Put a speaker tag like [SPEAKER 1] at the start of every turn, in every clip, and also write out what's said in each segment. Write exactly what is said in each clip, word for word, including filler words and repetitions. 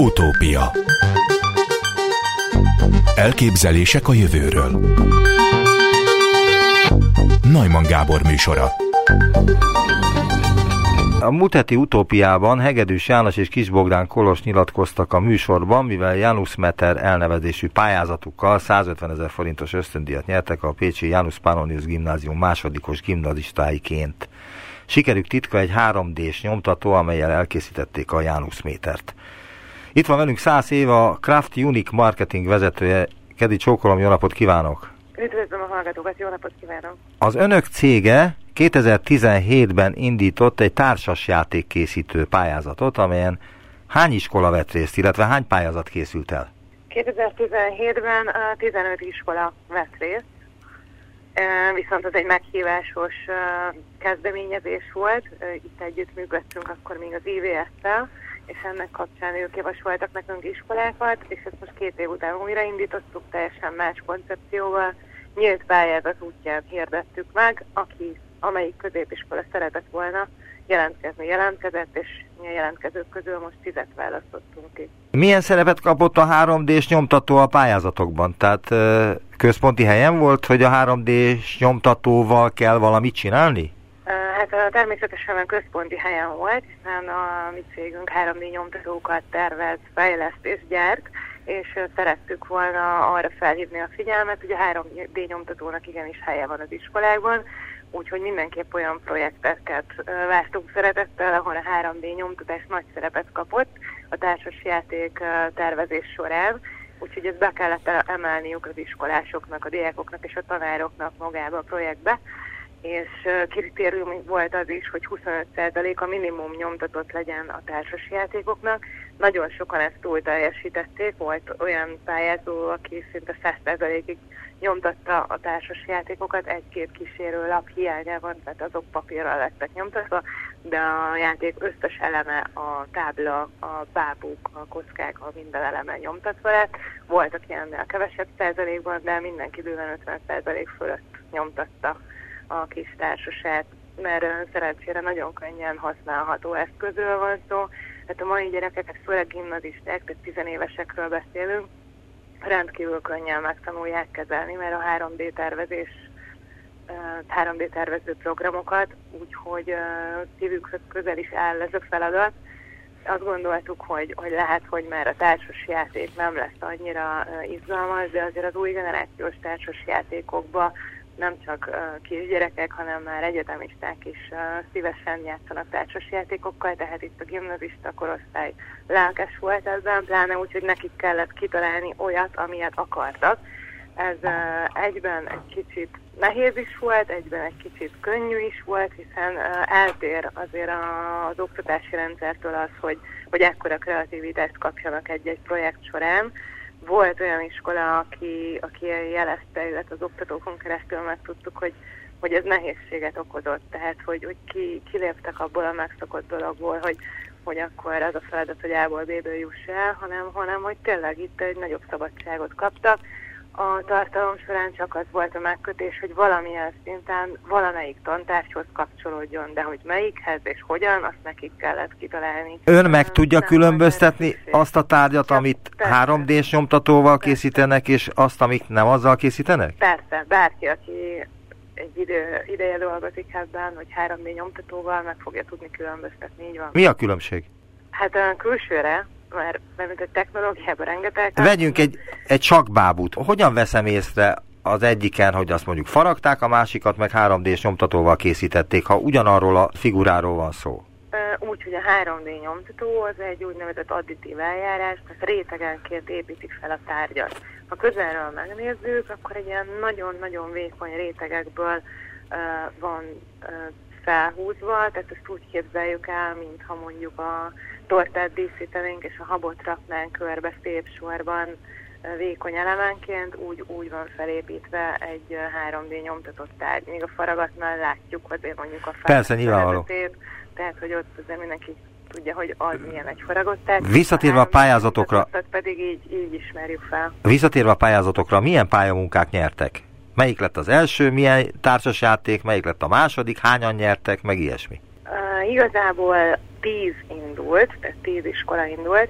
[SPEAKER 1] Utópia. Elképzelések a jövőről. Neumann Gábor műsora.
[SPEAKER 2] A múlt heti Utópiában Hegedűs János és Kiss Bogdán Kolos nyilatkoztak a műsorban, mivel Janus Meter elnevezésű pályázatukkal százötvenezer forintos ösztöndíjat nyertek a pécsi Janus Pannonius Gimnázium másodikos gimnazistáiként. Sikerük titka egy három dés nyomtató, amellyel elkészítették a Janus Métert. Itt van velünk Szász Éva, a Craft Unique marketing vezetője. Kedi, csókolom, jó napot kívánok!
[SPEAKER 3] Üdvözlöm a hallgatókat, jó napot kívánok!
[SPEAKER 2] Az önök cége kétezer-tizenhétben indított egy társasjátékkészítő pályázatot, amelyen hány iskola vett részt, illetve hány pályázat készült el?
[SPEAKER 3] kétezer-tizenhétben tizenöt iskola vett részt, viszont az egy meghívásos kezdeményezés volt. Itt együttműködtünk akkor még az i vé es-tel, és ennek kapcsán ők javasoltak nekünk iskolákat, és ezt most két év után újraindítottuk, teljesen más koncepcióval. Nyílt pályázat útján hirdettük meg, aki, amelyik középiskola szeretett volna jelentkezni, jelentkezett, és a jelentkezők közül most tízet választottunk ki.
[SPEAKER 2] Milyen szerepet kapott a három dés nyomtató a pályázatokban? Tehát központi helyen volt, hogy a három dés nyomtatóval kell valamit csinálni?
[SPEAKER 3] Hát természetesen központi helyen volt, hiszen a mi cégünk három dé nyomtatókat tervez, fejleszt és gyárt, és szerettük volna arra felhívni a figyelmet, hogy a három dé nyomtatónak igenis helye van az iskolákban, úgyhogy mindenképp olyan projekteket vártunk szeretettel, ahol a három dé nyomtatás nagy szerepet kapott a társasjáték tervezés során, úgyhogy ezt be kellett emelniük az iskolásoknak, a diákoknak és a tanároknak magába a projektbe, és kritérium volt az is, hogy huszonöt százalék a minimum nyomtatott legyen a társasjátékoknak. Nagyon sokan ezt túl teljesítették, volt olyan pályázó, aki szinte száz százalékig nyomtatta a társasjátékokat, egy-két kísérő lap hiányában, tehát azok papírral lettek nyomtatva, de a játék összes eleme, a tábla, a bábuk, a kockák, a minden eleme nyomtatva lett. Voltak ilyennél kevesebb százalékban, de mindenki bőven ötven százalék fölött nyomtatta a kis társasát, mert szerencsére nagyon könnyen használható eszközről van szó. Hát a mai gyerekek, főleg gimnazisták, tehát tizenévesekről beszélünk, rendkívül könnyen megtanulják kezelni, mert a három dé tervezés, három dé tervező programokat, úgyhogy szívükhöz közel is áll ez a feladat. Azt gondoltuk, hogy, hogy lehet, hogy már a társasjáték nem lesz annyira izgalmas, de azért az új generációs társasjátékokba nem csak uh, kisgyerekek, hanem már egyetemisták is uh, szívesen játszanak társasjátékokkal, tehát itt a gimnazista korosztály lelkes volt ebben, pláne úgy, hogy nekik kellett kitalálni olyat, amilyet akartak. Ez uh, egyben egy kicsit nehéz is volt, egyben egy kicsit könnyű is volt, hiszen uh, eltér azért a, az oktatási rendszertől az, hogy, hogy ekkora kreativitást kapjanak egy-egy projekt során. Volt olyan iskola, aki, aki jelezte, illetve az oktatókon keresztül megtudtuk, hogy, hogy ez nehézséget okozott, tehát hogy, hogy ki, kiléptek abból a megszokott dologból, hogy, hogy akkor az a feladat, hogy A-ból B-ből juss el, hanem, hanem hogy tényleg itt egy nagyobb szabadságot kaptak. A tartalom során csak az volt a megkötés, hogy valamilyen szinten valamelyik tantárgyhoz kapcsolódjon, de hogy melyikhez és hogyan, azt nekik kellett kitalálni.
[SPEAKER 2] Ön meg tudja nem különböztetni azt a tárgyat, amit három dés nyomtatóval készítenek, és azt, amit nem azzal készítenek?
[SPEAKER 3] Persze, bárki, aki egy idő, ideje dolgozik ebben, vagy három dé nyomtatóval, meg fogja tudni különböztetni, így van.
[SPEAKER 2] Mi a különbség?
[SPEAKER 3] Hát a külsőre, mert mint a technológiában rengeteg...
[SPEAKER 2] Vegyünk egy, egy sakbábút. Hogyan veszem észre az egyiken, hogy azt mondjuk faragták, a másikat meg három dés nyomtatóval készítették, ha ugyanarról a figuráról van szó?
[SPEAKER 3] Úgy, hogy a három dé nyomtató az egy úgynevezett additív eljárás, tehát rétegenként építik fel a tárgyat. Ha közelről megnézzük, akkor egy ilyen nagyon-nagyon vékony rétegekből uh, van uh, felhúzva, tehát ezt úgy képzeljük el, mintha mondjuk a tortát díszítenénk, és a habot raknánk körbe szép sorban vékony elemenként, úgy, úgy van felépítve egy három dé nyomtatott tárgy. Még a faragatnál látjuk azért mondjuk a
[SPEAKER 2] felvezetét,
[SPEAKER 3] tehát hogy ott azért mindenki tudja, hogy az milyen egy faragott tárgy.
[SPEAKER 2] Visszatérve a pályázatokra,
[SPEAKER 3] pedig így, így ismerjük fel.
[SPEAKER 2] Visszatérve a pályázatokra, milyen pályamunkák nyertek? Melyik lett az első, milyen társasjáték, melyik lett a második, hányan nyertek, meg ilyesmi?
[SPEAKER 3] Uh, igazából tíz indult, tehát tíz iskola indult.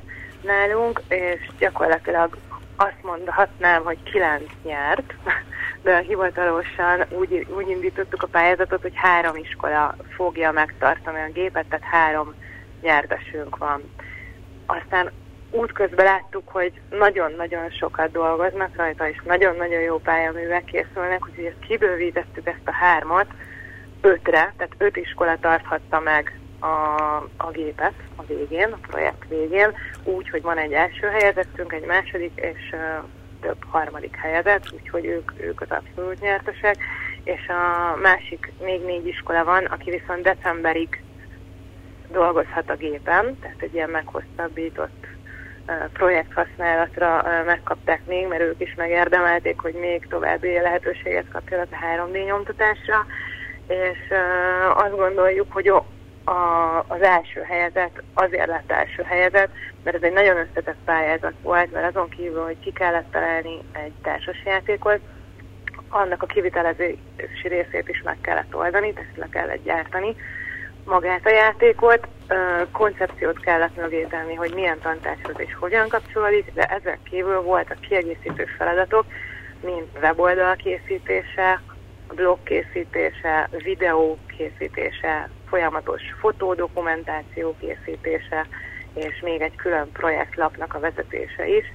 [SPEAKER 3] nálunk, és gyakorlatilag azt mondhatnám, hogy kilenc nyert, de hivatalosan úgy, úgy indítottuk a pályázatot, hogy három iskola fogja megtartani a gépet, tehát három nyertesünk van. Aztán útközben láttuk, hogy nagyon-nagyon sokat dolgoznak rajta, és nagyon-nagyon jó pályaművek készülnek, úgyhogy ezt kibővítettük ezt a hármat ötre, tehát öt iskola tarthatta meg a, a gépet a végén, a projekt végén, úgy, hogy van egy első helyezettünk, egy második és uh, több harmadik helyezett, úgyhogy ők, ők az abszolút nyertesek, és a másik még négy iskola van, aki viszont decemberig dolgozhat a gépen, tehát egy ilyen meghosszabbított projekthasználatra megkapták még, mert ők is megérdemelték, hogy még további lehetőséget kapjanak a három dé nyomtatásra, és azt gondoljuk, hogy a, az első helyezet azért lett első helyezet, mert ez egy nagyon összetett pályázat volt, mert azon kívül, hogy ki kellett találni egy társasjátékot, annak a kivitelezési részét is meg kellett oldani, tehát le kellett gyártani magát a játékot, koncepciót kellett mögé tenni, hogy milyen tantárgyhoz és hogyan kapcsolódik, de ezek kívül voltak kiegészítő feladatok, mint weboldal készítése, blog készítése, videó készítése, folyamatos fotódokumentáció készítése, és még egy külön projektlapnak a vezetése is,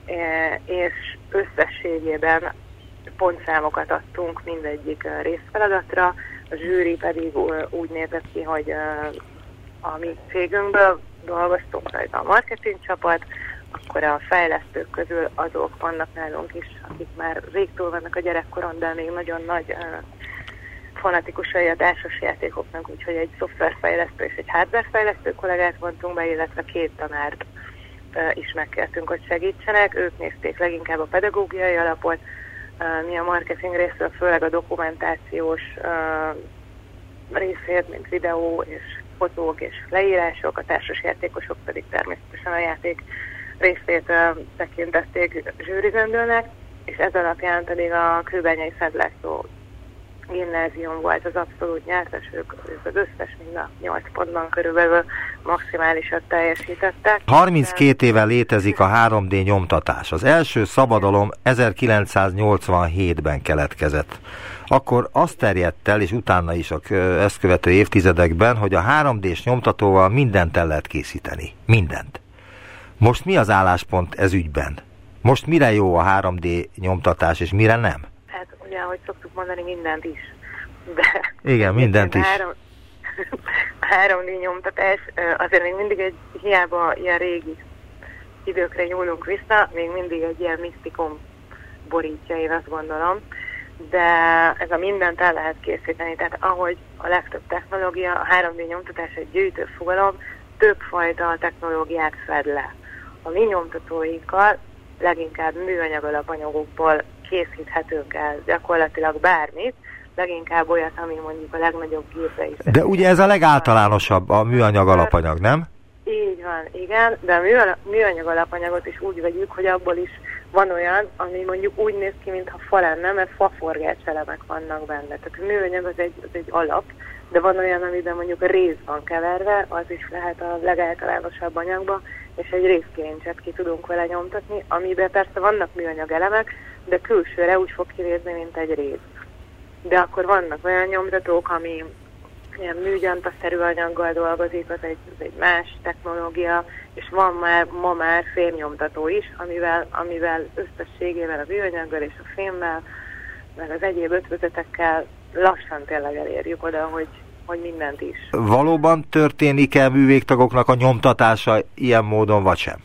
[SPEAKER 3] és összességében pontszámokat adtunk mindegyik részfeladatra, a zsűri pedig úgy nézett ki, hogy a mi cégünkből dolgoztunk rajta a marketing csapat, akkor a fejlesztők közül azok vannak nálunk is, akik már rég túl vannak a gyerekkoron, de még nagyon nagy uh, fanatikusai a társasjátékoknak, úgyhogy egy szoftverfejlesztő és egy hardwarefejlesztő kollégát vontunk be, illetve két tanárt uh, is megkértünk, hogy segítsenek. Ők nézték leginkább a pedagógiai alapot, uh, mi a marketing részről, főleg a dokumentációs uh, részét, mint videó és fotók és leírások, a társasjátékosok pedig természetesen a játék részét uh, tekintették zsűrizendőnek, és ez alapján pedig a Kőbányai Szent László gimnázium volt az abszolút nyertes, ők, ők az összes mind a nyolc pontban körülbelül maximálisat teljesítettek.
[SPEAKER 2] harminckét éve létezik a három dé nyomtatás. Az első szabadalom ezerkilencszáznyolcvanhétben keletkezett. Akkor azt terjedt el, és utána is a ezt követő évtizedekben, hogy a három dés nyomtatóval mindent el lehet készíteni. Mindent. Most mi az álláspont ez ügyben? Most mire jó a három dé nyomtatás, és mire nem?
[SPEAKER 3] Hát ugye, ahogy szoktuk mondani, mindent is. De
[SPEAKER 2] igen, mindent is.
[SPEAKER 3] A három dé nyomtatás azért még mindig egy, hiába ilyen régi időkre nyúlunk vissza, még mindig egy ilyen misztikum borítja, én azt gondolom. De ez a mindent el lehet készíteni, tehát ahogy a legtöbb technológia, a három dé nyomtatás egy gyűjtő fogalom, többfajta technológiát fed le. A mi nyomtatóinkkal leginkább műanyag alapanyagokból készíthetünk el gyakorlatilag bármit, leginkább olyat, ami mondjuk a legnagyobb gépre is.
[SPEAKER 2] De ugye ez a legáltalánosabb, a műanyag alapanyag, nem?
[SPEAKER 3] Így van, igen, de a műanyag alapanyagot is úgy vegyük, hogy abból is van olyan, ami mondjuk úgy néz ki, mintha fa lenne, mert faforgács elemek vannak benne. Tehát a műanyag az egy, az egy alap, de van olyan, amiben mondjuk a réz van keverve, az is lehet a legáltalánosabb anyagban, és egy rézkilincset ki tudunk vele nyomtatni, amiben persze vannak műanyag elemek, de külsőre úgy fog kinézni, mint egy réz. De akkor vannak olyan nyomtatók, ami ilyen műgyantaszerű anyaggal dolgozik, az egy, az egy más technológia, és van már ma már fémnyomtató is, amivel, amivel összességével a műanyaggal és a fémmel, meg az egyéb ötvözetekkel lassan tényleg elérjük oda, hogy, hogy mindent is.
[SPEAKER 2] Valóban történik-e művégtagoknak a nyomtatása ilyen módon, vagy sem?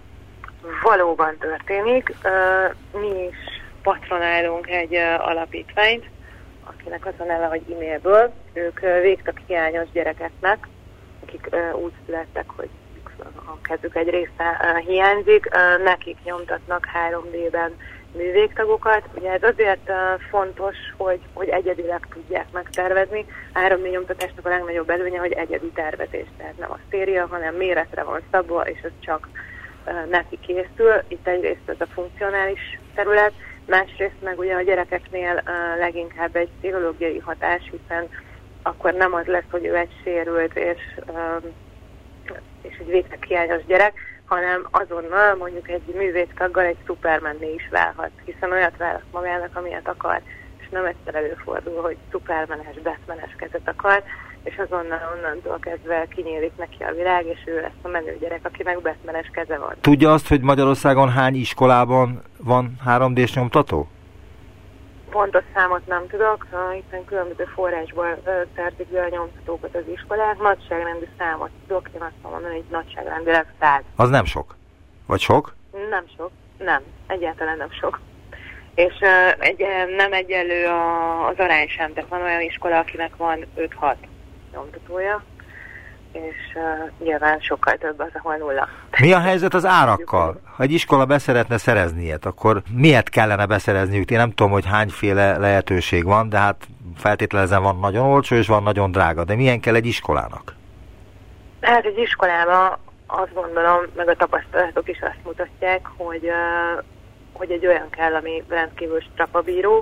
[SPEAKER 3] Valóban történik. Mi is patronálunk egy alapítványt, akinek az a neve, hogy e-mailből. Ők végtag hiányos gyerekeknek, akik úgy születtek, hogy a kezük egy része hiányzik, nekik nyomtatnak három dében művégtagokat. Ugye ez azért fontos, hogy, hogy egyedileg tudják megtervezni. A három dé nyomtatásnak a legnagyobb előnye, hogy egyedi tervezés, tehát nem a széria, hanem méretre van szabva, és ez csak neki készül. Itt egyrészt ez a funkcionális terület, másrészt meg ugye a gyerekeknél leginkább egy pszichológiai hatás, hiszen akkor nem az lesz, hogy ő egy sérült és, és egy végtag hiányos gyerek, hanem azonnal mondjuk egy művésztaggal egy szupermenné is válhat, hiszen olyat választ magának, amilyet akar, és nem egyszer előfordul, hogy szupermenes, batmanes kezet akar, és azonnal onnantól kezdve kinyílik neki a világ, és ő lesz a menő gyerek, akinek batmanes keze van.
[SPEAKER 2] Tudja azt, hogy Magyarországon hány iskolában van három dés nyomtató?
[SPEAKER 3] Pontos számot nem tudok, hiszen különböző forrásból szerzik be a nyomtatókat az iskolák. Nagyságrendű számot tudok, én azt mondom, hogy nagyságrendileg száz.
[SPEAKER 2] Az nem sok? Vagy sok?
[SPEAKER 3] Nem sok, nem, egyáltalán nem sok. És uh, egy, nem egyenlő a, az arány sem, tehát van olyan iskola, akinek van öt-hat nyomtatója, és uh, nyilván sokkal több az, ahol nulla.
[SPEAKER 2] Mi a helyzet az árakkal? Ha egy iskola beszeretne szerezni ilyet, akkor miért kellene beszerezniük? Én nem tudom, hogy hányféle lehetőség van, de hát feltételezem van nagyon olcsó és van nagyon drága. De milyen kell egy iskolának?
[SPEAKER 3] Hát egy iskolában azt gondolom, meg a tapasztalatok is azt mutatják, hogy, uh, hogy egy olyan kell, ami rendkívül strapabíró,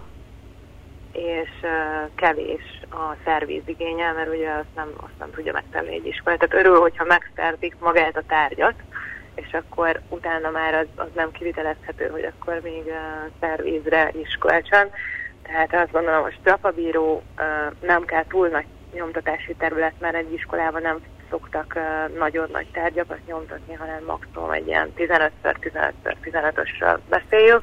[SPEAKER 3] és uh, kevés a szervízigénye, mert ugye azt nem, azt nem tudja megtenni egy iskola. Tehát örül, hogyha megszerzik magát a tárgyat, és akkor utána már az, az nem kivitelezhető, hogy akkor még uh, szervízre is kölcsön. Tehát azt gondolom, hogy strapabíró, uh, nem kell túl nagy nyomtatási terület, mert egy iskolában nem szoktak uh, nagyon nagy tárgyakat nyomtatni, hanem maximum egy ilyen tizenöt tizenöt tizenötösről beszéljük.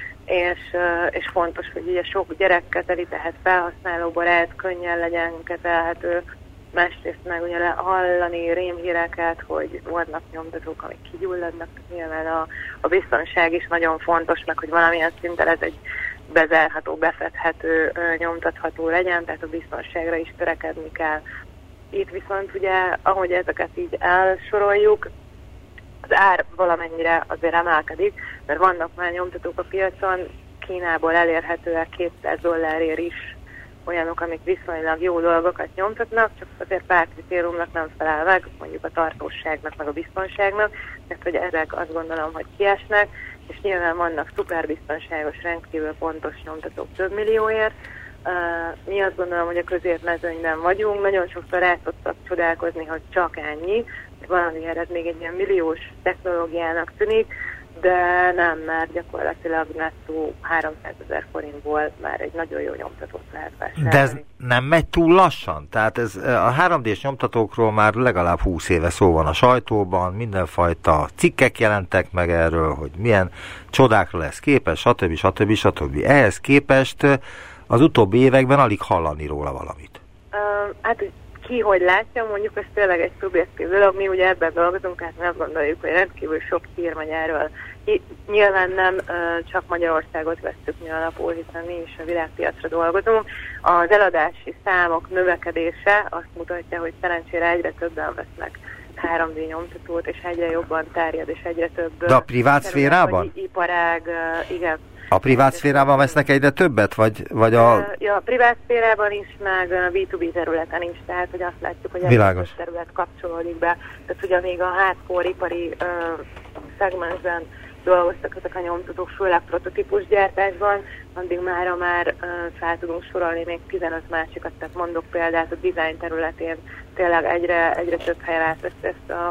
[SPEAKER 3] És, és fontos, hogy ugye sok gyerek kezeli, tehát felhasználóbarát, könnyen legyen kezelhető. Másrészt meg ugye hallani rémhíreket, hogy vannak nyomtatók, amik kigyulladnak. Nyilván a, a biztonság is nagyon fontos, meg hogy valamilyen szinten ez egy bezárható, befedhető, nyomtatható legyen, tehát a biztonságra is törekedni kell. Itt viszont ugye, ahogy ezeket így elsoroljuk, az ár valamennyire azért emelkedik, mert vannak már nyomtatók a piacon, Kínából elérhetőek kétszáz dollárért is olyanok, amik viszonylag jó dolgokat nyomtatnak, csak azért pár kritériumnak nem felel meg, mondjuk a tartóságnak, meg a biztonságnak, mert hogy ezek azt gondolom, hogy kiesnek, és nyilván vannak szuperbiztonságos, rendkívül pontos nyomtatók több millióért. Uh, mi azt gondolom, hogy a középmezőnyben vagyunk, nagyon sokszor rá szoktak csodálkozni, hogy csak ennyi, valamiért ez még egy ilyen milliós technológiának tűnik, de nem, mert gyakorlatilag nettó háromszázezer forintból már egy nagyon jó nyomtatót lehet vásárolni.
[SPEAKER 2] De ez nem megy túl lassan? Tehát ez, a három dés nyomtatókról már legalább húsz éve szó van a sajtóban, mindenfajta cikkek jelentek meg erről, hogy milyen csodákra lesz képes, stb. stb. stb. Ehhez képest az utóbbi években alig hallani róla valamit.
[SPEAKER 3] Uh, hát ki hogy látja, mondjuk ez tényleg egy szubjektív dolog, mi ugye ebben dolgozunk, hát mi azt gondoljuk, hogy rendkívül sok hír megy erről. Nyilván nem uh, csak Magyarországot vesszük mi alapul, hiszen mi is a világpiacra dolgozunk. Az eladási számok növekedése azt mutatja, hogy szerencsére egyre többen vesznek három dé nyomtatót, és egyre jobban terjed, és egyre több...
[SPEAKER 2] De a privát szférában?
[SPEAKER 3] Iparág, uh, igen.
[SPEAKER 2] A privát szférában vesznek egyre többet, vagy, vagy a...
[SPEAKER 3] Ja, a privát szférában is, meg a bé kettő bé területen is, tehát hogy azt látjuk, hogy
[SPEAKER 2] a
[SPEAKER 3] terület kapcsolódik be. Tehát ugye még a hardcore ipari uh, szegmensben dolgoztak ezek a nyomtatók, főleg prototípusgyártásban, addig mára már uh, fel tudunk sorolni még tizenöt másikat, tehát mondok példát a design területén, tényleg egyre, egyre több helyen átvesz ezt a,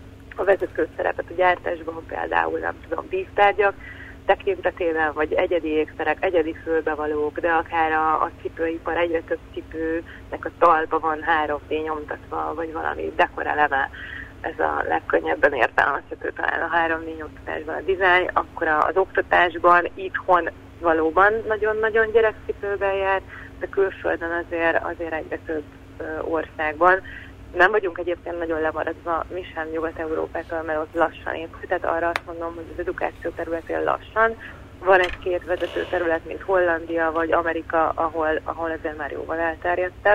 [SPEAKER 3] a vezető szerepet a gyártásban, például nem tudom, víztárgyak tekintetében, vagy egyedi ékszerek, egyedi fölbevalók, de akár a, a cipőipar, egyre több cipőnek a talpa van három dé nyomtatva, vagy valami dekoreleme. Ez a legkönnyebben értelmezhető talán a három dé nyomtatásban a dizájn, akkor az oktatásban itthon valóban nagyon-nagyon gyerekcipőben jár, de külföldön azért, azért egyre több országban. Nem vagyunk egyébként nagyon lemaradva, mi sem Nyugat-Európától, mert ott lassan épül, tehát arra azt mondom, hogy az edukáció területén lassan. Van egy-két vezető terület, mint Hollandia vagy Amerika, ahol, ahol ezzel már jóval elterjedtebb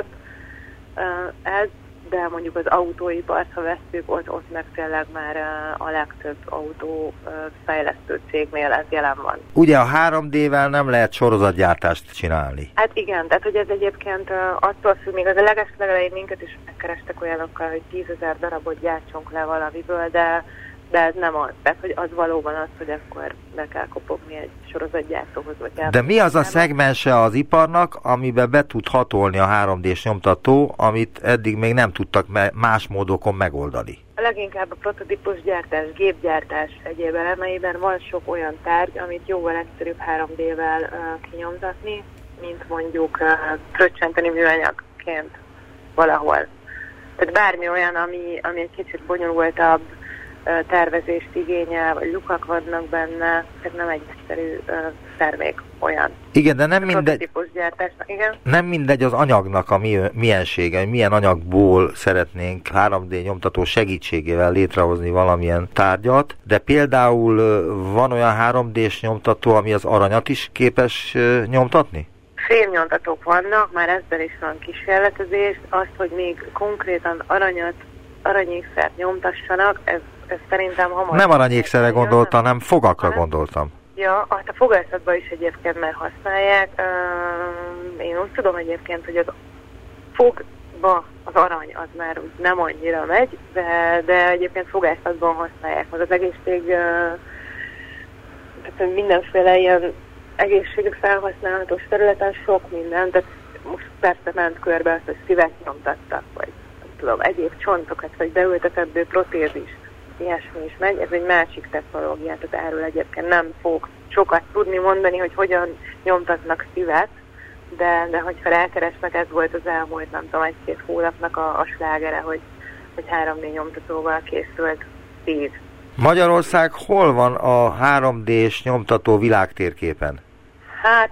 [SPEAKER 3] ez, de mondjuk az autóipart, ha vesszük, ott, ott meg tényleg már a legtöbb autófejlesztő cégnél ez jelen van.
[SPEAKER 2] Ugye a három dé-vel nem lehet sorozatgyártást csinálni?
[SPEAKER 3] Hát igen, tehát hogy ez egyébként attól függ, még az a leges legelején minket is megkerestek olyanokkal, hogy tízezer darabot gyártsunk le valamiből, de de ez nem az. Tehát, hogy az valóban az, hogy akkor be kell kopogni egy sorozatgyártóhoz. Vagy
[SPEAKER 2] de mi az a szegmense az iparnak, amiben be tud hatolni a három dés nyomtató, amit eddig még nem tudtak me- más módokon megoldani?
[SPEAKER 3] Leginkább a prototípusgyártás, gépgyártás egyéb elemeiben van sok olyan tárgy, amit jóval egyszerűbb három dé-vel uh, kinyomtatni, mint mondjuk uh, fröccsenteni műanyagként valahol. Tehát bármi olyan, ami, ami egy kicsit bonyolultabb uh, tervezést igényel, vagy lukak vannak benne, tehát nem egy egyszerű uh, termék olyan.
[SPEAKER 2] Igen, de nem mindegy,
[SPEAKER 3] igen?
[SPEAKER 2] nem mindegy az anyagnak a mi, miensége, hogy milyen anyagból szeretnénk három dé nyomtató segítségével létrehozni valamilyen tárgyat, de például uh, van olyan három dés nyomtató, ami az aranyat is képes uh, nyomtatni?
[SPEAKER 3] Fémnyomtatók vannak, már ezzel is van kísérletezés. Azt, hogy még konkrétan aranyat, aranyékszert nyomtassanak, ez, ez szerintem hamar...
[SPEAKER 2] Nem aranyékszerre gondoltam, hanem fogakra hanem, gondoltam.
[SPEAKER 3] Ja, azt a fogászatban is egyébként már használják. Én úgy tudom egyébként, hogy az fogba az arany az már nem annyira megy, de, de egyébként fogászatban használják. Meg az egészség... Tehát mindenféle ilyen egészségre felhasználhatós területen sok minden, tehát most persze ment körbe azt, hogy szívet nyomtattak, vagy nem tudom, egyéb csontokat, vagy beültetendő protézis, ilyesmi is megy, ez egy másik technológia, tehát erről egyébként nem fog sokat tudni mondani, hogy hogyan nyomtatnak szívet, de, de hogyha rákeresnek, ez volt az elmúlt, nem tudom, egy-két hónapnak a, a slágere, hogy, hogy három dé nyomtatóval készült szív.
[SPEAKER 2] Magyarország hol van a három dés nyomtató világtérképen?
[SPEAKER 3] Hát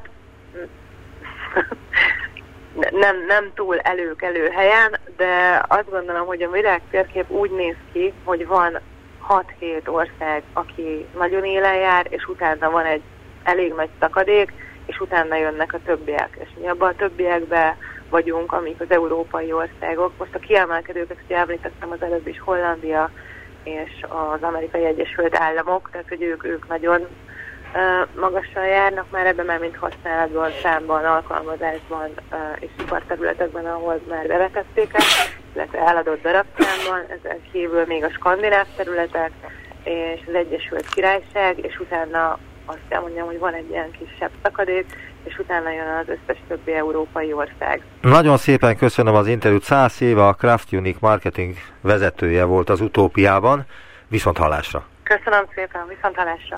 [SPEAKER 3] nem, nem túl előkelő helyen, de azt gondolom, hogy a világtérkép úgy néz ki, hogy van hat-hét ország, aki nagyon élen jár, és utána van egy elég nagy szakadék, és utána jönnek a többiek. És mi abban a többiekben vagyunk, amik az európai országok. Most a kiemelkedőket, hogy említettem az előbb is, Hollandia és az Amerikai Egyesült Államok, tehát hogy ők, ők nagyon uh, magasan járnak már ebben, már mint használatban, számban, alkalmazásban uh, és iparterületekben, ahol már bevetették el, illetve eladott darabszámban, ezen kívül még a skandináv területek és az Egyesült Királyság, és utána azt kell mondjam, hogy van egy ilyen kisebb szakadék, és utána jön az összes többi európai ország. Nagyon
[SPEAKER 2] szépen köszönöm az interjút. Száz éve a Craft Unique marketing vezetője volt az Utópiában. Viszont hallásra!
[SPEAKER 3] Köszönöm szépen, viszont hallásra!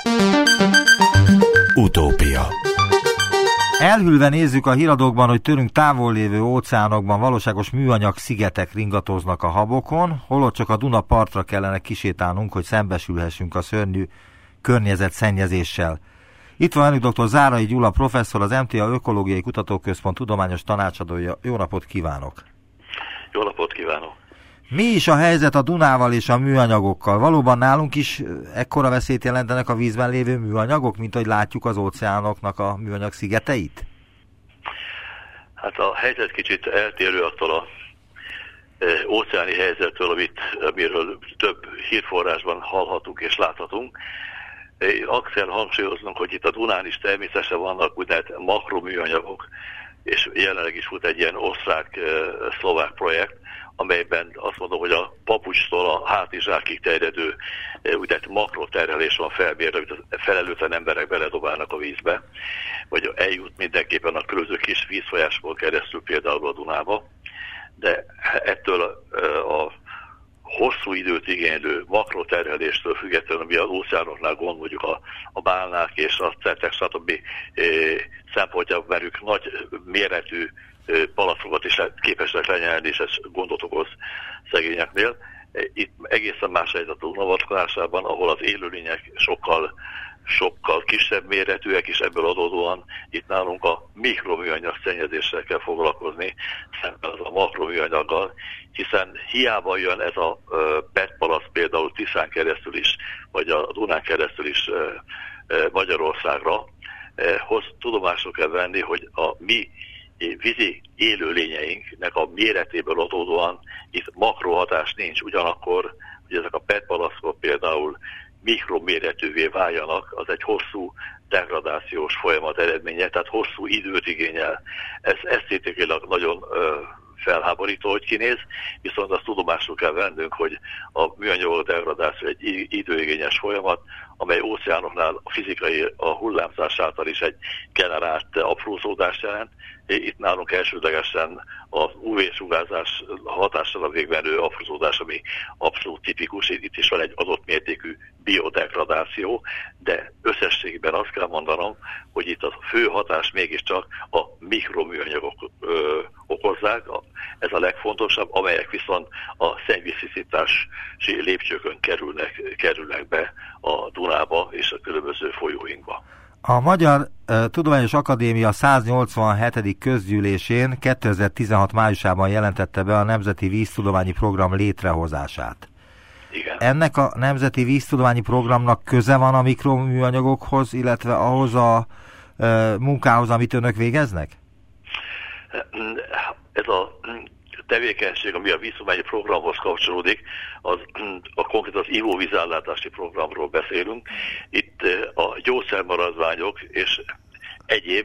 [SPEAKER 1] Utópia.
[SPEAKER 2] Elhűlve nézzük a híradókban, hogy tőlünk távol lévő óceánokban valóságos műanyag szigetek ringatoznak a habokon, holott csak a Duna partra kellene kisétálnunk, hogy szembesülhessünk a szörnyű környezetszennyezéssel. Itt van velünk dr. Zárai Gyula professzor, az em té á Ökológiai Kutatóközpont tudományos tanácsadója. Jó napot kívánok!
[SPEAKER 4] Jó napot kívánok!
[SPEAKER 2] Mi is a helyzet a Dunával és a műanyagokkal? Valóban nálunk is ekkora veszélyt jelentenek a vízben lévő műanyagok, mint ahogy látjuk az óceánoknak a műanyag szigeteit?
[SPEAKER 4] Hát a helyzet kicsit eltérő attól a e, óceáni helyzettől, amit, amiről több hírforrásban hallhatunk és láthatunk. Azt kell hangsúlyoznunk, hogy itt a Dunán is természetesen vannak úgynevezett makroműanyagok, és jelenleg is fut egy ilyen osztrák-szlovák projekt, amelyben azt mondom, hogy a papucstól a hátizsákig terjedő úgynevezett makroterhelés van felmérve, hogy a felelőtlen emberek beledobálnak a vízbe, vagy eljut mindenképpen a különböző kis vízfolyásból keresztül például a Dunába, de ettől a, a hosszú időt igénylő makroterheléstől függetlenül, ami az óceánoknál gond, mondjuk a, a bálnák és a cetek, stb. E, szempontjából, mert ők nagy méretű e, palackokat is képesek lenyelni, és ez gondot okoz szegényeknél. E, itt egészen más helyzet a Duna vonatkozásában, ahol az élőlények sokkal sokkal kisebb méretűek, és ebből adódóan itt nálunk a mikroműanyag szennyezéssel kell foglalkozni, szemben az a makroműanyaggal, hiszen hiába jön ez a pé e té palack például Tiszán keresztül is, vagy a Dunán keresztül is Magyarországra, hoz tudomásul kell venni, hogy a mi vízi élőlényeinknek a méretéből adódóan itt makrohatás nincs, ugyanakkor, hogy ezek a pé e té palackok például mikroméretűvé váljanak, az egy hosszú degradációs folyamat eredménye, tehát hosszú időt igényel. Ez esztétikailag nagyon ö, felháborító, hogy kinéz, viszont azt tudomásul kell vennünk, hogy a műanyag degradáció egy időigényes folyamat, amely óceánoknál a fizikai, a hullámzás által is egy generált aprózódást jelent. Itt nálunk elsődlegesen az ú vé-sugárzás hatással végbenő aprózódás, ami abszolút tipikus, itt is van egy adott mértékű biodegradáció, de összességében azt kell mondanom, hogy itt a fő hatás mégiscsak a mikroműanyagok ö, okozzák, a, ez a legfontosabb, amelyek viszont a szennyvíztisztítási lépcsőkön kerülnek, kerülnek be a Dunába és a különböző folyóinkba.
[SPEAKER 2] A Magyar uh, Tudományos Akadémia száznyolcvanhetedik közgyűlésén kétezer-tizenhat májusában jelentette be a Nemzeti Víztudományi Program létrehozását.
[SPEAKER 4] Igen.
[SPEAKER 2] Ennek a Nemzeti Víztudományi Programnak köze van a mikroműanyagokhoz, illetve ahhoz a uh, munkához, amit önök végeznek?
[SPEAKER 4] Ez a tevékenység, ami a víztudományi programhoz kapcsolódik, az a konkrét az ivóvízellátási programról beszélünk. Itt a gyógyszermaradványok és egyéb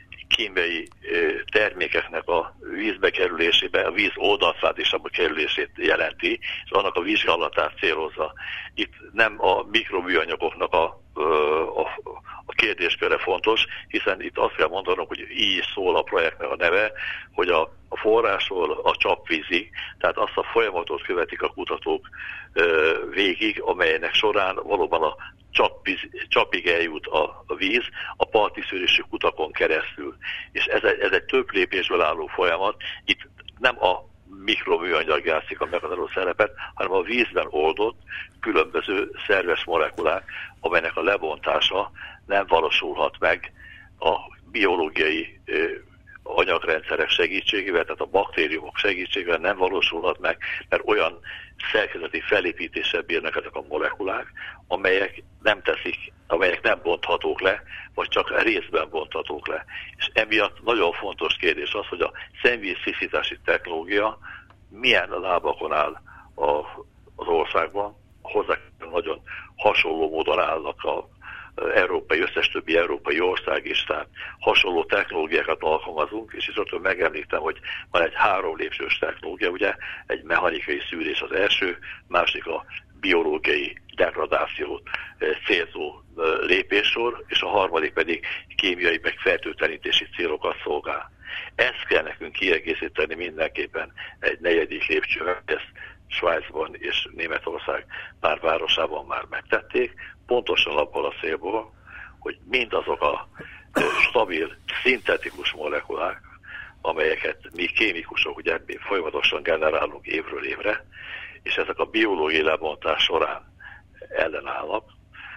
[SPEAKER 4] kémiai termékeknek a vízbe kerülésébe, a víz oldalszállításába kerülését jelenti, és annak a vizsgálatát célozza. Itt nem a mikroműanyagoknak a, a, a kérdésköre fontos, hiszen itt azt kell mondanom, hogy így szól a projektnek a neve, hogy a, a forrásról a csapvízig, tehát azt a folyamatot követik a kutatók ö, végig, amelynek során valóban a csapvíz, csapig eljut a, a víz a parti szűrésű kutakon keresztül. És ez egy, ez egy több lépésből álló folyamat. Itt nem a mikroműanyag játszik a meghatározó szerepet, hanem a vízben oldott különböző szerves molekulák, amelynek a lebontása nem valósulhat meg a biológiai ö, anyagrendszerek segítségével, tehát a baktériumok segítségével nem valósulhat meg, mert olyan szerkezeti felépítéssel bírnak ezek a molekulák, amelyek nem teszik, amelyek nem bonthatók le, vagy csak részben bonthatók le. És emiatt nagyon fontos kérdés az, hogy a szennyvíztisztítási technológia milyen lábakon áll a, az országban, hozzá nagyon hasonló módon állnak a európai, összes többi európai ország is, tehát hasonló technológiákat alkalmazunk, és is rögtön megemlítem, hogy van egy három lépcsős technológia, ugye, egy mechanikai szűrés az első, másik a biológiai degradációt célzó lépéssor, és a harmadik pedig kémiai meg fertőtlenítési célokat szolgál. Ezt kell nekünk kiegészíteni mindenképpen egy negyedik lépcsővel, ezt Svájcban és Németország pár városában már megtették, pontosan abból a célból, hogy mindazok a stabil, szintetikus molekulák, amelyeket mi kémikusok ugye folyamatosan generálunk évről évre, és ezek a biológiai lebontás során ellenállnak,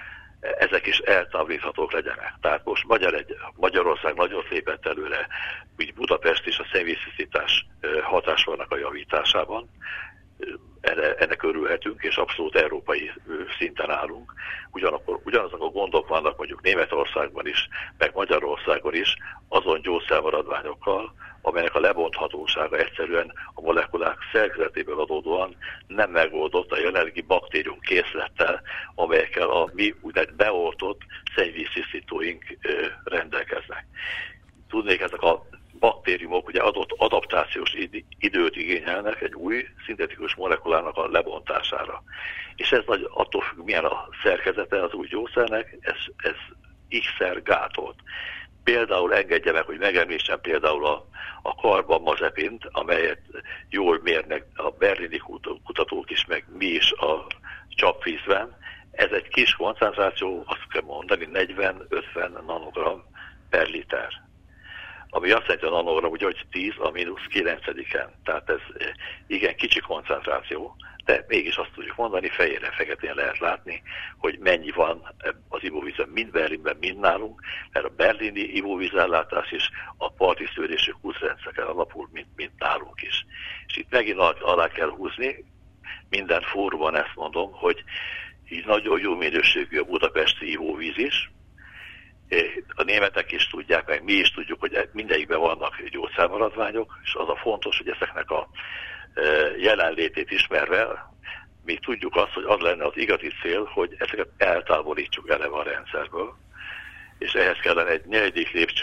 [SPEAKER 4] ezek is eltávolíthatók legyenek. Tehát most Magyar egy, Magyarország nagyon lépett előre, úgy Budapest is a szennyvíztisztítás hatásvának a javításában, ennek örülhetünk, és abszolút európai szinten állunk. Ugyanakkor ugyanazok a gondok vannak mondjuk Németországban is, meg Magyarországon is, azon gyógyszermaradványokkal, amelynek a lebonthatósága egyszerűen a molekulák szerkezetéből adódóan nem megoldott a jelenlegi baktérium készlettel, amelyekkel a mi úgynevezett beoltott szennyvíztisztítóink rendelkeznek. Tudnék, ezek a baktériumok ugye adott adaptációs időt igényelnek egy új szintetikus molekulának a lebontására. És ez nagy, attól függ, milyen a szerkezete az új gyógyszernek, ez, ez x-szer gátolt. Például engedje meg, hogy megemlítsem például a, a karbamazepint, amelyet jól mérnek a berlini kutatók is, meg mi is a csapvízben. Ez egy kis koncentráció, azt kell mondani, negyven-ötven nanogram per liter. Ami azt jelenti a nanogram, ugye, hogy tíz a mínusz kilencediken. Tehát ez igen kicsi koncentráció, de mégis azt tudjuk mondani, fejére-feketén lehet látni, hogy mennyi van az ivóvízben, mind Berlinben, mind nálunk, mert a berlini ivóvízellátás is a parti szűrésű kuszrendszereken alapul, mint, mint nálunk is. És itt megint alá kell húzni, minden fórumon ezt mondom, hogy így nagyon jó minőségű a budapesti ivóvíz is, a németek is tudják, meg mi is tudjuk, hogy mindegyikben vannak gyógyszermaradványok, és az a fontos, hogy ezeknek a jelenlétét ismerve, mi tudjuk azt, hogy az lenne az igazi cél, hogy ezeket eltávolítsuk eleve a rendszerből, és ehhez kellene egy negyedik lépcső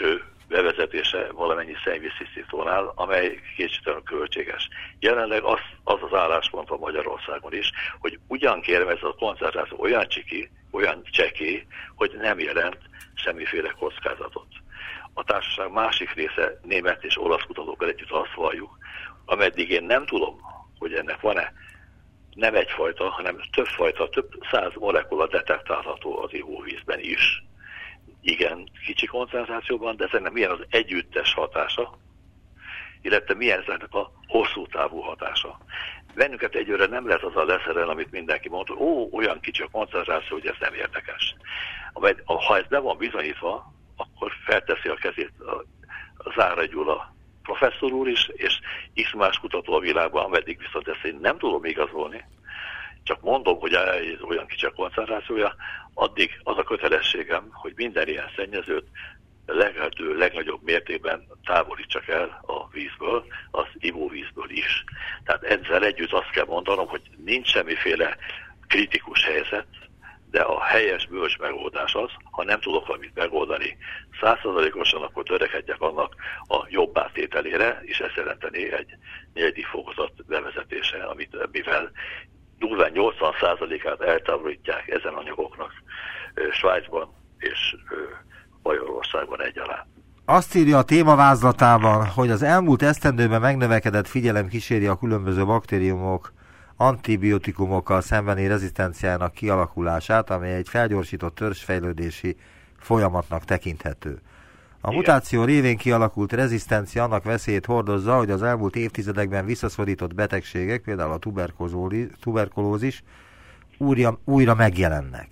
[SPEAKER 4] bevezetése valamennyi szennyvíztisztítónál, amely kétségtelenül költséges. Jelenleg az, az az álláspont a Magyarországon is, hogy ugyan kérem, ez a koncentráció olyan csiki, olyan csekély, hogy nem jelent semmiféle kockázatot. A társaság másik része, német és olasz kutatókkal együtt azt valljuk, ameddig én nem tudom, hogy ennek van-e nem egyfajta, hanem többfajta, több száz molekula detektálható az ivóvízben is. Igen, kicsi koncentrációban, de ezeknek milyen az együttes hatása, illetve milyen ezeknek a hosszú távú hatása. Bennünket egyőre nem lehet azzal leszerelni, amit mindenki mondta, hogy ó, olyan kicsi a koncentráció, hogy ez nem érdekes. Ha ez be van bizonyítva, akkor felteszi a kezét a, a Zára Gyula professzor úr is, és x más kutató a világban, ameddig viszont ezt én nem tudom igazolni, csak mondom, hogy olyan kicsi a koncentrációja, addig az a kötelességem, hogy minden ilyen szennyezőt lehető legnagyobb mértékben távolítsak el a vízből, az ivóvízből is. Tehát ezzel együtt azt kell mondanom, hogy nincs semmiféle kritikus helyzet, de a helyes, bölcs megoldás az, ha nem tudok valamit megoldani száz százalékosan, akkor törekedjek annak a jobb átételére, és ez jelenteni egy negyedik fokozat bevezetése, amit, mivel durván nyolcvan százalékát eltávolítják ezen anyagoknak Svájcban és Magyarországon egyaránt.
[SPEAKER 2] Azt írja a témavázlatában, hogy az elmúlt esztendőben megnövekedett figyelem kíséri a különböző baktériumok antibiotikumokkal szembeni rezisztenciának kialakulását, amely egy felgyorsított törzsfejlődési folyamatnak tekinthető. A Igen. mutáció révén kialakult rezisztencia annak veszélyét hordozza, hogy az elmúlt évtizedekben visszaszorított betegségek, például a tuberkulózis újra, újra megjelennek.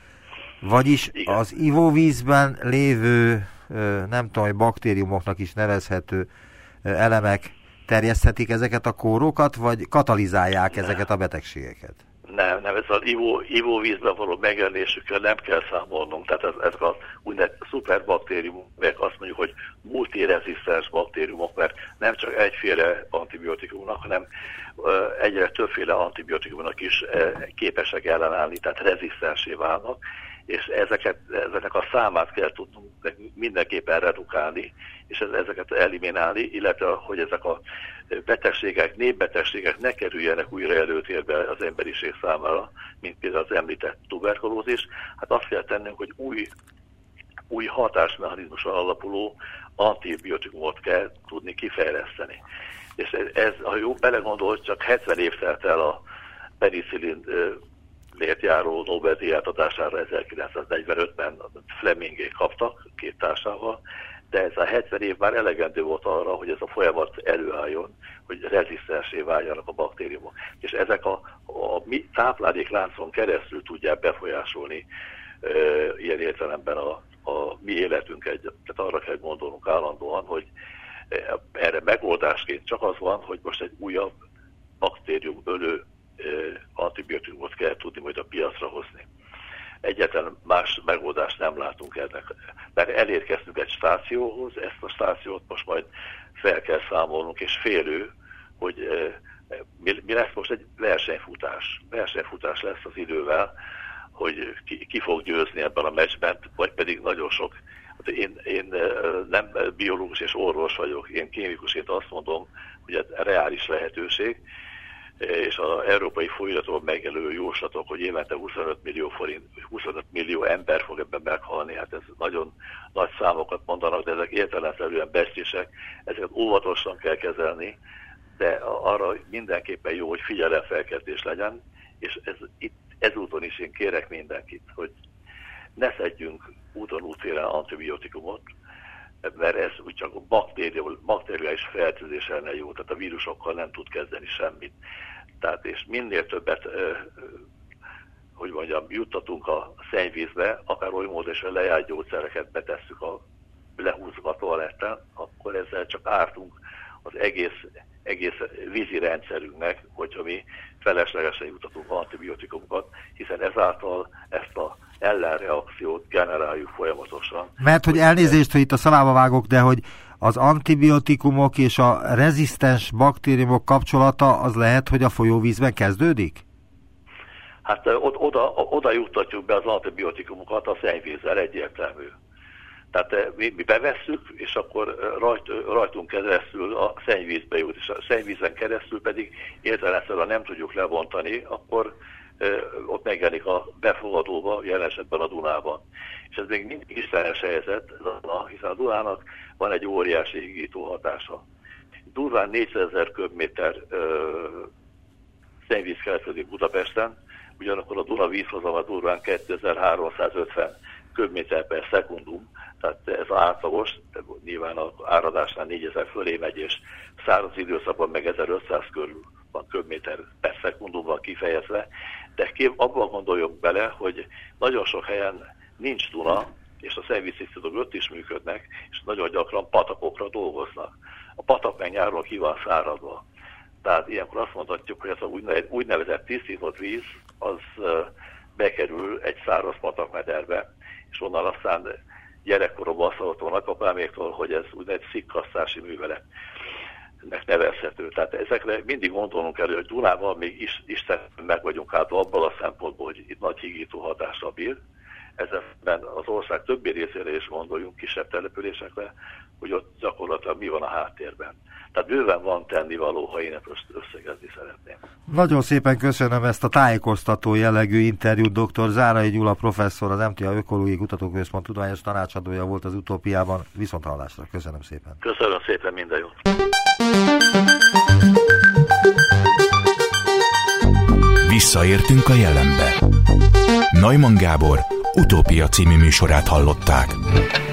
[SPEAKER 2] Vagyis Igen. az ivóvízben lévő, nem tudom, hogy baktériumoknak is nevezhető elemek terjeszthetik ezeket a kórokat, vagy katalizálják nem. ezeket a betegségeket?
[SPEAKER 4] Nem, nem, ez az ivó, ivóvízben való megjelenésükkel nem kell számolnunk. Tehát ez, ezek a úgynevezett szuperbaktériumok, meg azt mondjuk, hogy multirezisztens baktériumok, mert nem csak egyféle antibiotikumnak, hanem egyre többféle antibiotikumnak is képesek ellenállni, tehát rezisztensé válnak, és ezeket, ezeknek a számát kell tudnunk mindenképpen redukálni, és ezeket eliminálni, illetve hogy ezek a betegségek, népbetegségek ne kerüljenek újra előtérbe az emberiség számára, mint például az említett tuberkulózis. Hát azt kell tennünk, hogy új, új hatásmechanizmuson alapuló antibiotikumot kell tudni kifejleszteni. És ez, ha jó belegondol, csak hetven év telt el a penicillin lért járó Nobel-díj adására ezerkilencszáznegyvenötben Flemingék kaptak két társával, de ez a hetven év már elegendő volt arra, hogy ez a folyamat előálljon, hogy rezisztensé váljanak a baktériumok. És ezek a, a mi táplálékláncon keresztül tudják befolyásolni e, ilyen értelemben a, a mi életünket. Tehát arra kell gondolnunk állandóan, hogy erre megoldásként csak az van, hogy most egy újabb baktériumölő antibiotikumot kell tudni majd a piacra hozni. Egyetlen más megoldást nem látunk ennek. Mert elérkeztünk egy stációhoz, ezt a stációt most majd fel kell számolnunk, és félő, hogy mi, mi lesz most egy versenyfutás. Versenyfutás lesz az idővel, hogy ki, ki fog győzni ebben a meccsben, vagy pedig nagyon sok. Én, én nem biológus és orvos vagyok, én kémikusként azt mondom, hogy ez reális lehetőség, és az európai folyamaton megjelölő jóslatok, hogy évente huszonöt millió forint, huszonöt millió ember fog ebben meghalni, hát ez nagyon nagy számokat mondanak, de ezek értelemszerűen becslések, ezeket óvatosan kell kezelni, de arra mindenképpen jó, hogy figyelemfelkeltés legyen, és ez, itt, ezúton is én kérek mindenkit, hogy ne szedjünk úton útfélen antibiotikumot, mert ez úgy csak a bakteriális fertőzés ellen jó, tehát a vírusokkal nem tud kezdeni semmit. Tehát és minél többet, ö, hogy mondjam, juttatunk a szennyvízbe, akár oly módon, és a lejárt gyógyszereket betesszük, a, lehúzzuk a toaletten, akkor ezzel csak ártunk az egész, egész vízi rendszerünknek, hogyha mi feleslegesen juttatunk antibiotikumokat, hiszen ezáltal ezt a ellenreakciót generáljuk folyamatosan.
[SPEAKER 2] Mert hogy elnézést, hogy itt a szavába vágok, de hogy az antibiotikumok és a rezisztens baktériumok kapcsolata az lehet, hogy a folyóvízben kezdődik?
[SPEAKER 4] Hát oda, oda juttatjuk be az antibiotikumokat a szennyvízzel, egyértelmű. Tehát mi, mi bevesszük, és akkor rajt, rajtunk keresztül a szennyvízbe jut, és a szennyvízen keresztül pedig értelemszerűen nem tudjuk lebontani, akkor e, ott megjelenik a befogadóba, jelen esetben a Dunában. És ez még mindig istenes helyzet, hiszen a Dunának van egy óriási higító hatása. Durván négyszázezer köbméter e, szennyvíz keletkezik Budapesten, ugyanakkor a Duna vízhozama durván kétezer-háromszázötven köbméter per szekundum, tehát ez átlagos, nyilván az áradásnál négyezer fölé megy, és száraz időszakban meg ezerötszáz körül van köbméter per szekundum van kifejezve, de kép, abban gondoljunk bele, hogy nagyon sok helyen nincs Duna, és a szennyvíztisztítők ott is működnek, és nagyon gyakran patakokra dolgoznak. A patak meg nyáron ki van száradva. Tehát ilyenkor azt mondhatjuk, hogy ez a úgynevezett tisztított víz, az bekerül egy száraz patakmederbe, és onnan aztán gyerekkoromban azt hallottam a nagypapáméktól, hogy ez úgynevezett szikkasztási műveletnek nevezhető. Tehát ezekre mindig gondolnunk elő, hogy Dunával még is, Isten meg vagyunk át abban a szempontból, hogy itt nagy higító hatással bír. Ezekben az ország többi részére is gondoljunk, kisebb településekre, hogy ott gyakorlatilag mi van a háttérben. Tehát bőven van tennivaló, ha én ezt összegezni szeretném.
[SPEAKER 2] Nagyon szépen köszönöm ezt a tájékoztató jellegű interjút. doktor Zárai Gyula professzor, az em té á Ökológiai Kutatóközpont tudományos tanácsadója volt az Utópiában. Viszonthallásra. Köszönöm szépen.
[SPEAKER 4] Köszönöm szépen, minden jót.
[SPEAKER 1] Visszaértünk a jelenbe. Neumann Gábor Utópia című műsorát hallották.